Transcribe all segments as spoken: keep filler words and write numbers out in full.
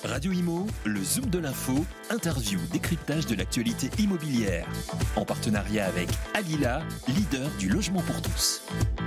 Radio Imo, le Zoom de l'info, interview, décryptage de l'actualité immobilière. En partenariat avec Alila, leader du logement pour tous.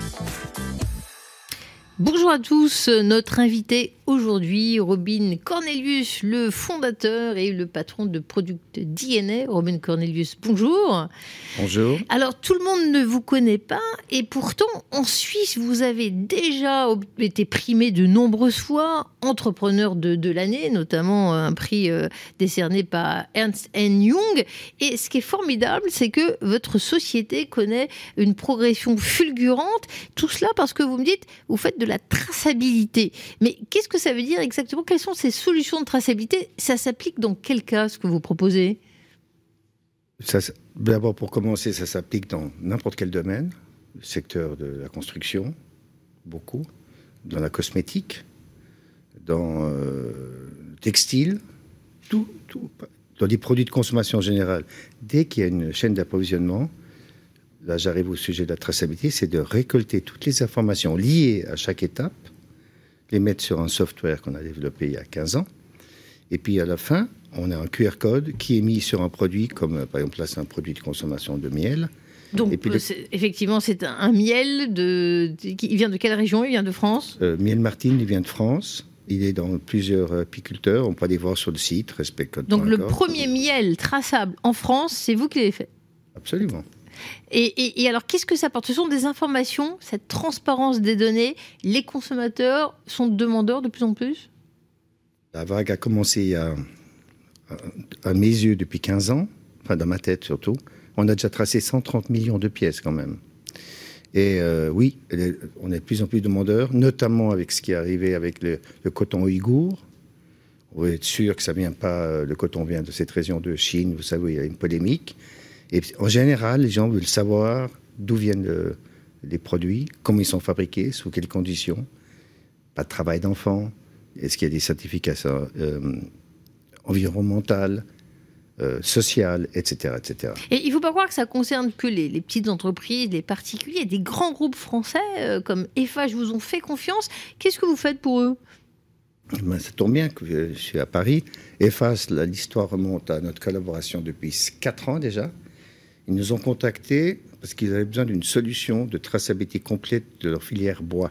Bonjour à tous, notre invité aujourd'hui, Robin Cornelius, le fondateur et le patron de Product D N A. Robin Cornelius, bonjour. Bonjour. Alors, tout le monde ne vous connaît pas et pourtant, en Suisse, vous avez déjà été primé de nombreuses fois, entrepreneur de, de l'année, notamment un prix euh, décerné par Ernst and Young. Et ce qui est formidable, c'est que votre société connaît une progression fulgurante. Tout cela parce que vous me dites, vous faites de la traçabilité. Mais qu'est-ce que ça veut dire exactement? Quelles sont ces solutions de traçabilité? Ça s'applique dans quel cas, ce que vous proposez? Ça, d'abord, pour commencer, ça s'applique dans n'importe quel domaine. Le secteur de la construction, beaucoup. Dans la cosmétique, dans euh, le textile, tout, tout. Dans des produits de consommation générale. Dès qu'il y a une chaîne d'approvisionnement, là, j'arrive au sujet de la traçabilité, c'est de récolter toutes les informations liées à chaque étape, les mettre sur un software qu'on a développé il y a quinze ans, et puis à la fin, on a un Q R code qui est mis sur un produit, comme par exemple là, c'est un produit de consommation de miel. Donc, et puis le... c'est, effectivement, c'est un, un miel, de, de, il vient de quelle région? Il vient de France? euh, Miel Martine, il vient de France. Il est dans plusieurs apiculteurs. On peut aller voir sur le site respect code. Donc le premier miel traçable en France, c'est vous qui l'avez fait? Absolument. Et, et, et alors, qu'est-ce que ça apporte? Ce sont des informations, cette transparence des données. Les consommateurs sont demandeurs de plus en plus? La vague a commencé il y a, à mes yeux, depuis quinze ans, enfin dans ma tête surtout. On a déjà tracé cent trente millions de pièces quand même. Et euh, oui, on est de plus en plus demandeurs, notamment avec ce qui est arrivé avec le, le coton ouïghour. On veut être sûr que ça vient pas, le coton vient de cette région de Chine, vous savez, il y a une polémique. Et en général, les gens veulent savoir d'où viennent le, les produits, comment ils sont fabriqués, sous quelles conditions. Pas de travail d'enfant. Est-ce qu'il y a des certifications euh, environnementales, euh, sociales, et cetera, et cetera. Et il ne faut pas croire que ça concerne que les, les petites entreprises, les particuliers. Des grands groupes français euh, comme F H vous ont fait confiance. Qu'est-ce que vous faites pour eux? Ben, ça tombe bien que je suis à Paris. F H, là, l'histoire remonte à notre collaboration depuis quatre ans déjà. Ils nous ont contactés parce qu'ils avaient besoin d'une solution de traçabilité complète de leur filière bois.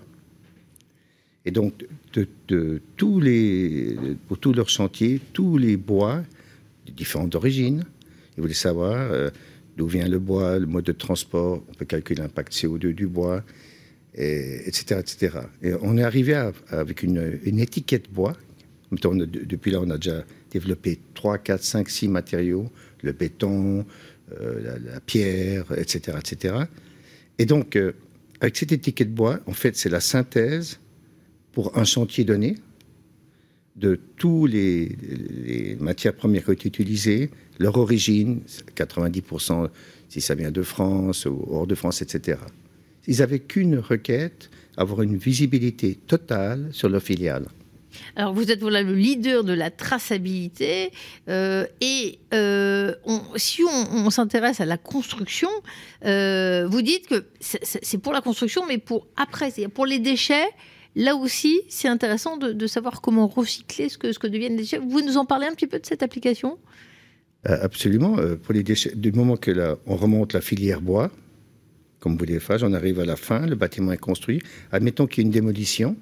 Et donc, de, de tous les, pour tous leurs chantiers, tous les bois, de différentes origines, ils voulaient savoir euh, d'où vient le bois, le mode de transport, on peut calculer l'impact C O deux du bois, et, etc., et cetera. Et on est arrivé à, avec une, une étiquette bois. On a, depuis là, on a déjà développé trois, quatre, cinq, six matériaux, le béton, euh, la, la pierre, et cetera, et cetera. Et donc, euh, avec cette étiquette bois, en fait, c'est la synthèse pour un chantier donné de tous les, les matières premières qui ont été utilisées, leur origine, quatre-vingt-dix pour cent si ça vient de France ou hors de France, et cetera. Ils n'avaient qu'une requête, avoir une visibilité totale sur leur filiale. Alors, vous êtes voilà, le leader de la traçabilité euh, et euh, on, si on, on s'intéresse à la construction, euh, vous dites que c'est, c'est pour la construction, mais pour après, c'est-à-dire pour les déchets. Là aussi, c'est intéressant de, de savoir comment recycler ce que, ce que deviennent les déchets. Vous pouvez nous en parler un petit peu de cette application? euh, Absolument. Euh, pour les déchets, du moment que là, on remonte la filière bois, comme vous l'avez fait, on arrive à la fin, le bâtiment est construit. Admettons qu'il y ait une démolition.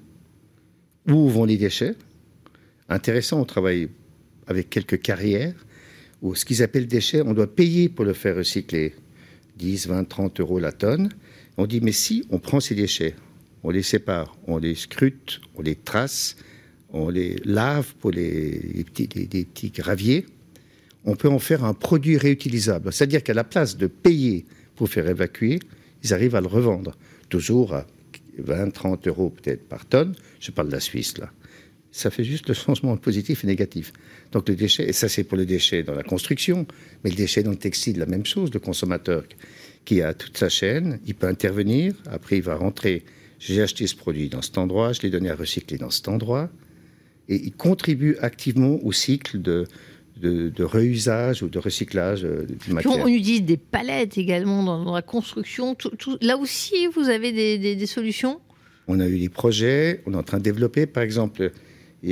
Où vont les déchets? Intéressant, on travaille avec quelques carrières où ce qu'ils appellent déchets, on doit payer pour le faire recycler. dix, vingt, trente euros la tonne. On dit, mais si on prend ces déchets, on les sépare, on les scrute, on les trace, on les lave pour les, les, petits, les, les petits graviers, on peut en faire un produit réutilisable. C'est-à-dire qu'à la place de payer pour faire évacuer, ils arrivent à le revendre, toujours à vingt, trente euros peut-être par tonne. Je parle de la Suisse, là. Ça fait juste le changement positif et négatif. Donc le déchet, et ça c'est pour le déchet dans la construction, mais le déchet dans le textile, la même chose. Le consommateur qui a toute sa chaîne, il peut intervenir, après il va rentrer, j'ai acheté ce produit dans cet endroit, je l'ai donné à recycler dans cet endroit, et il contribue activement au cycle de, de, de réusage ou de recyclage euh, du matériel. On, on utilise des palettes également dans, dans la construction. Tout, tout, là aussi, vous avez des, des, des solutions? On a eu des projets, on est en train de développer. Par exemple, il y a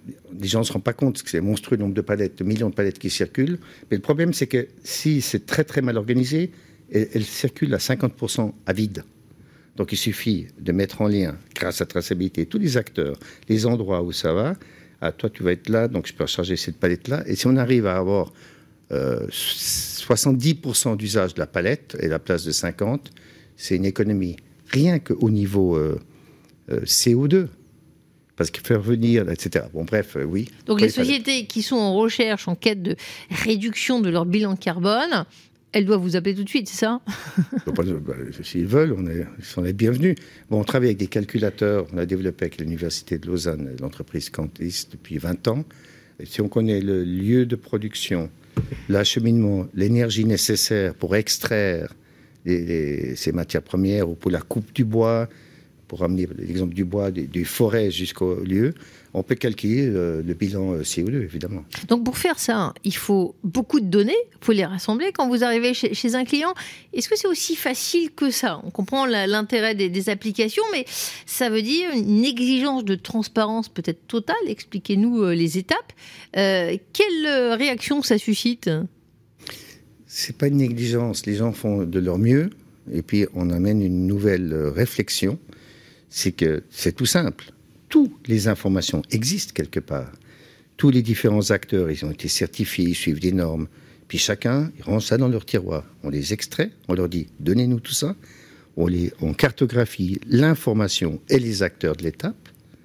les gens ne se rendent pas compte que c'est monstrueux le nombre de palettes, de millions de palettes qui circulent. Mais le problème, c'est que si c'est très très mal organisé, elles, elles circulent à cinquante pour cent à vide. Donc il suffit de mettre en lien, grâce à traçabilité, tous les acteurs, les endroits où ça va. Ah, toi, tu vas être là, donc je peux recharger cette palette-là. Et si on arrive à avoir euh, soixante-dix pour cent d'usage de la palette et la place de cinquante, c'est une économie. Rien qu'au niveau euh, euh, C O deux. Parce que faire venir, et cetera. Bon, bref, euh, oui. Donc les sociétés qui sont en recherche, en quête de réduction de leur bilan carbone, elles doivent vous appeler tout de suite, c'est ça? S'ils veulent, on est, ils sont les bienvenus. Bon, on travaille avec des calculateurs. On a développé avec l'Université de Lausanne l'entreprise Cantis depuis vingt ans. Et si on connaît le lieu de production, l'acheminement, l'énergie nécessaire pour extraire les, les, ces matières premières ou pour la coupe du bois, pour ramener l'exemple du bois, des, des forêts jusqu'au lieu, on peut calculer le, le bilan C O deux, évidemment. Donc pour faire ça, il faut beaucoup de données, il faut les rassembler quand vous arrivez chez, chez un client. Est-ce que c'est aussi facile que ça? On comprend la, l'intérêt des, des applications, mais ça veut dire une exigence de transparence peut-être totale. Expliquez-nous les étapes. Euh, quelle réaction ça suscite? C'est pas une négligence. Les gens font de leur mieux, et puis on amène une nouvelle réflexion. C'est que c'est tout simple. Toutes les informations existent quelque part. Tous les différents acteurs, ils ont été certifiés, ils suivent des normes. Puis chacun, ils range ça dans leur tiroir. On les extrait, on leur dit, donnez-nous tout ça. On, les, on cartographie l'information et les acteurs de l'étape.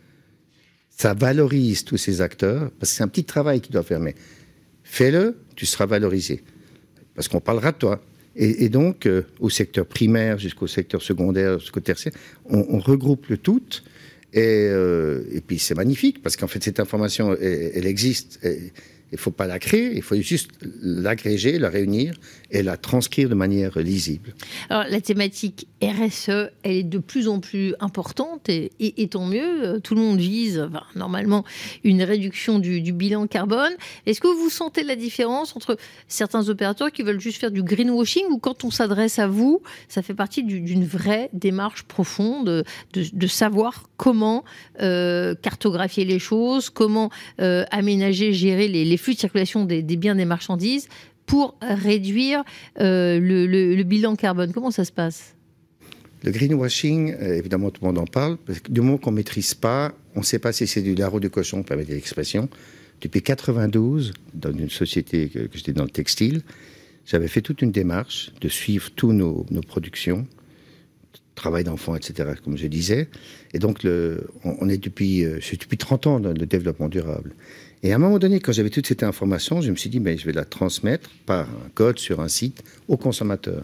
Ça valorise tous ces acteurs, parce que c'est un petit travail qu'ils doivent faire. Mais fais-le, tu seras valorisé. Parce qu'on parlera de toi. Et, et donc, euh, au secteur primaire jusqu'au secteur secondaire, jusqu'au tertiaire, on, on regroupe le tout. Et, euh, et puis c'est magnifique, parce qu'en fait, cette information, elle, elle existe. Et, il ne faut pas la créer, il faut juste l'agréger, la réunir et la transcrire de manière lisible. Alors, la thématique R S E, elle est de plus en plus importante et, et, et tant mieux. Tout le monde vise, enfin, normalement, une réduction du, du bilan carbone. Est-ce que vous sentez la différence entre certains opérateurs qui veulent juste faire du greenwashing ou quand on s'adresse à vous, ça fait partie du, d'une vraie démarche profonde de, de, de savoir comment euh, cartographier les choses, comment euh, aménager, gérer les, les flux de circulation des, des biens, des marchandises pour réduire euh, le, le, le bilan carbone. Comment ça se passe? Le greenwashing, évidemment, tout le monde en parle. Parce que du moment qu'on ne maîtrise pas, on ne sait pas si c'est du lard ou du cochon, permettez l'expression. Depuis quatre-vingt-douze, dans une société que, que j'étais dans le textile, j'avais fait toute une démarche de suivre tous nos, nos productions, travail d'enfants, et cetera, comme je disais. Et donc, le, on, on est depuis, je suis depuis trente ans dans le développement durable. Et à un moment donné, quand j'avais toute cette information, je me suis dit, mais je vais la transmettre par un code sur un site aux consommateurs.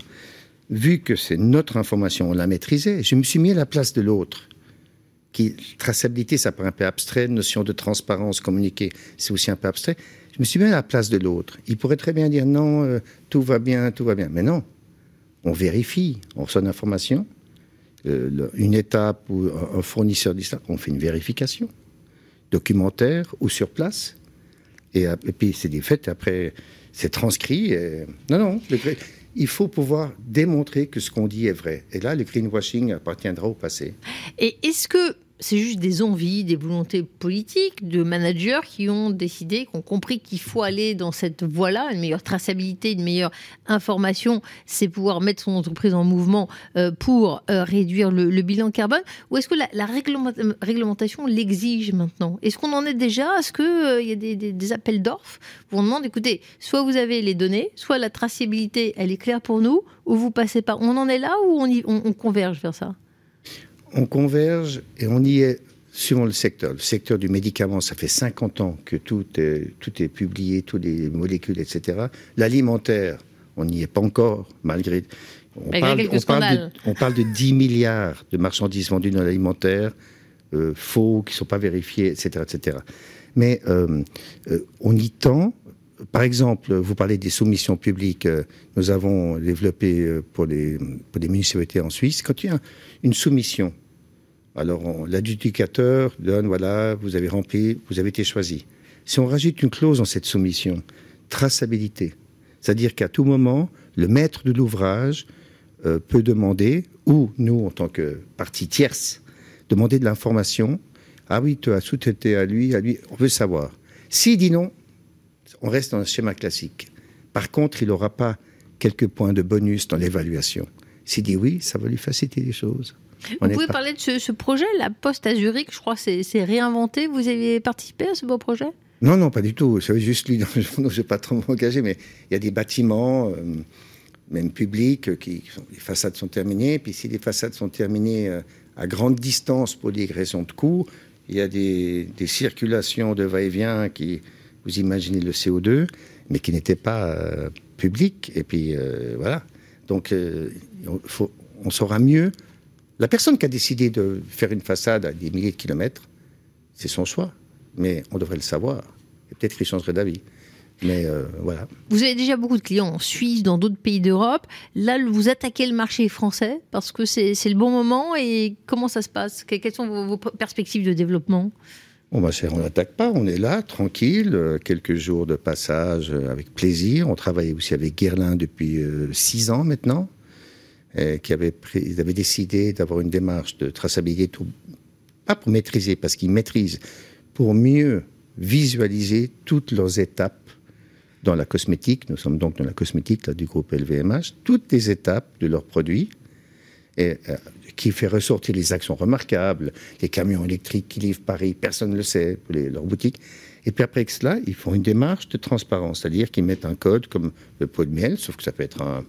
Vu que c'est notre information, on la maîtrisait, je me suis mis à la place de l'autre. Qui, traçabilité, ça paraît un peu abstrait, notion de transparence, communiquer, c'est aussi un peu abstrait. Je me suis mis à la place de l'autre. Il pourrait très bien dire, non, euh, tout va bien, tout va bien. Mais non, on vérifie, on reçoit une information, euh, une étape ou un fournisseur dit ça, on fait une vérification. Documentaire ou sur place. Et, et puis, c'est des faits, après, c'est transcrit. Et... Non, non, le, il faut pouvoir démontrer que ce qu'on dit est vrai. Et là, le greenwashing appartiendra au passé. Et est-ce que c'est juste des envies, des volontés politiques de managers qui ont décidé, qui ont compris qu'il faut aller dans cette voie-là, une meilleure traçabilité, une meilleure information, c'est pouvoir mettre son entreprise en mouvement euh, pour euh, réduire le, le bilan carbone? Ou est-ce que la, la réglementation l'exige maintenant? Est-ce qu'on en est déjà? Est-ce qu'il euh, y a des, des, des appels d'offres où on demande, écoutez, soit vous avez les données, soit la traçabilité, elle est claire pour nous, ou vous passez pas. On en est là ou on, y, on, on converge vers ça? On converge et on y est suivant le secteur. Le secteur du médicament, ça fait cinquante ans que tout est, tout est publié, toutes les molécules, et cetera. L'alimentaire, on n'y est pas encore, malgré... On, parle, on, parle, de, on parle de dix milliards de marchandises vendues dans l'alimentaire, euh, faux, qui ne sont pas vérifiés, et cetera, et cetera. Mais euh, euh, on y tend. Par exemple, vous parlez des soumissions publiques. Nous avons développé pour les, pour les municipalités en Suisse. Quand il y a une soumission, alors on, l'adjudicateur donne, voilà, vous avez rempli, vous avez été choisi. Si on rajoute une clause dans cette soumission, traçabilité, c'est-à-dire qu'à tout moment, le maître de l'ouvrage euh, peut demander, ou nous, en tant que partie tierce, demander de l'information Ah oui, tu as sous-traité à lui, à lui. On veut savoir. S'il dit non, on reste dans un schéma classique. Par contre, il n'aura pas quelques points de bonus dans l'évaluation. S'il dit oui, ça va lui faciliter les choses. On Vous pouvez pas... parler de ce, ce projet, la Poste à Zurich, je crois, c'est, c'est réinventé. Vous avez participé à ce beau projet ? Non, non, pas du tout. J'avais juste lu dans le journal, je ne vais pas trop m'engager, mais il y a des bâtiments, euh, même publics, qui sont, les façades sont terminées. Puis si les façades sont terminées euh, à grande distance pour des raisons de coût, il y a des, des circulations de va-et-vient qui, vous imaginez le C O deux, mais qui n'étaient pas euh, publiques. Et puis euh, voilà. Donc euh, on, faut, on saura mieux. La personne qui a décidé de faire une façade à des milliers de kilomètres, c'est son choix. Mais on devrait le savoir. Et peut-être qu'il changerait d'avis. Mais euh, voilà. Vous avez déjà beaucoup de clients en Suisse, dans d'autres pays d'Europe. Là, vous attaquez le marché français parce que c'est, c'est le bon moment. Et comment ça se passe ? Quelles sont vos, vos perspectives de développement ? Bon, bah, on n'attaque pas. On est là, tranquille. Euh, quelques jours de passage euh, avec plaisir. On travaille aussi avec Guerlain depuis euh, six ans maintenant. Et qui avait pris, ils avaient décidé d'avoir une démarche de traçabilité, tout, pas pour maîtriser, parce qu'ils maîtrisent, pour mieux visualiser toutes leurs étapes dans la cosmétique. Nous sommes donc dans la cosmétique là, du groupe L V M H, toutes les étapes de leurs produits, et, euh, qui fait ressortir les actions remarquables, les camions électriques qui livrent Paris, personne ne le sait, pour les, leurs boutiques. Et puis après cela, ils font une démarche de transparence, c'est-à-dire qu'ils mettent un code comme le pot de miel, sauf que ça peut être un,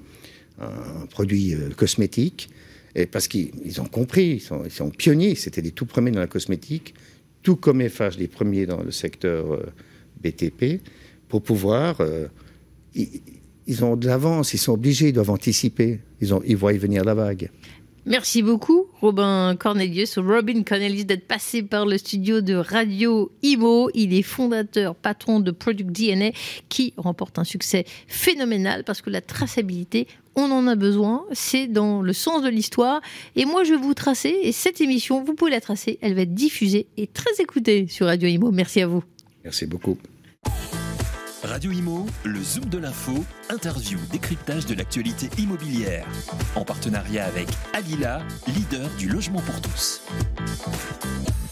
un produit euh, cosmétique, et parce qu'ils ils ont compris, ils sont, ils sont pionniers, c'était les tout premiers dans la cosmétique, tout comme F H, les premiers dans le secteur euh, B T P, pour pouvoir... Euh, ils, ils ont de l'avance, ils sont obligés, ils doivent anticiper, ils, ont, ils voient venir la vague. Merci beaucoup, Robin Cornelius, Robin Cornelius, d'être passé par le studio de Radio Imo. Il est fondateur, patron de Product D N A, qui remporte un succès phénoménal parce que la traçabilité, on en a besoin. C'est dans le sens de l'histoire. Et moi, je vais vous tracer. Et cette émission, vous pouvez la tracer. Elle va être diffusée et très écoutée sur Radio Imo. Merci à vous. Merci beaucoup. Radio Imo, le Zoom de l'info, interview, décryptage de l'actualité immobilière. En partenariat avec Alila, leader du logement pour tous.